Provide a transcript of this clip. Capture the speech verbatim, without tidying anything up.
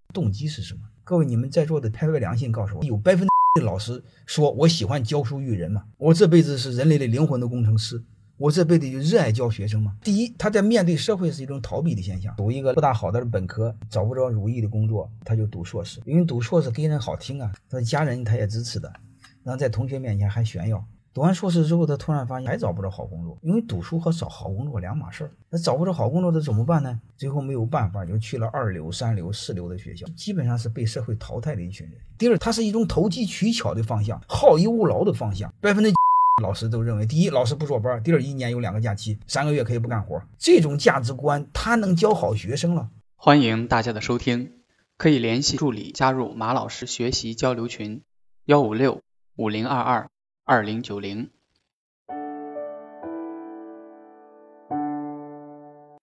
动机是什么？各位，你们在座的拍拍良心告诉我，有百分之的老师说我喜欢教书育人吗？我这辈子是人类的灵魂的工程师，我这辈子就热爱教学生吗？第一，他在面对社会是一种逃避的现象，读一个不大好的本科，找不着如意的工作，他就读硕士，因为读硕士给人好听啊，他的家人他也支持的，然后在同学面前还炫耀。读完硕士之后，他突然发现还找不着好工作，因为读书和找好工作两码事儿。那找不着好工作，他怎么办呢？最后没有办法，就去了二流、三流、四流的学校，基本上是被社会淘汰的一群人。第二，它是一种投机取巧的方向，好逸恶劳的方向。百分之老师都认为，第一，老师不坐班；第二，一年有两个假期，三个月可以不干活。这种价值观，他能教好学生了。 欢迎大家的收听，可以联系助理加入马老师学习交流群：幺五六五零二二二零九零。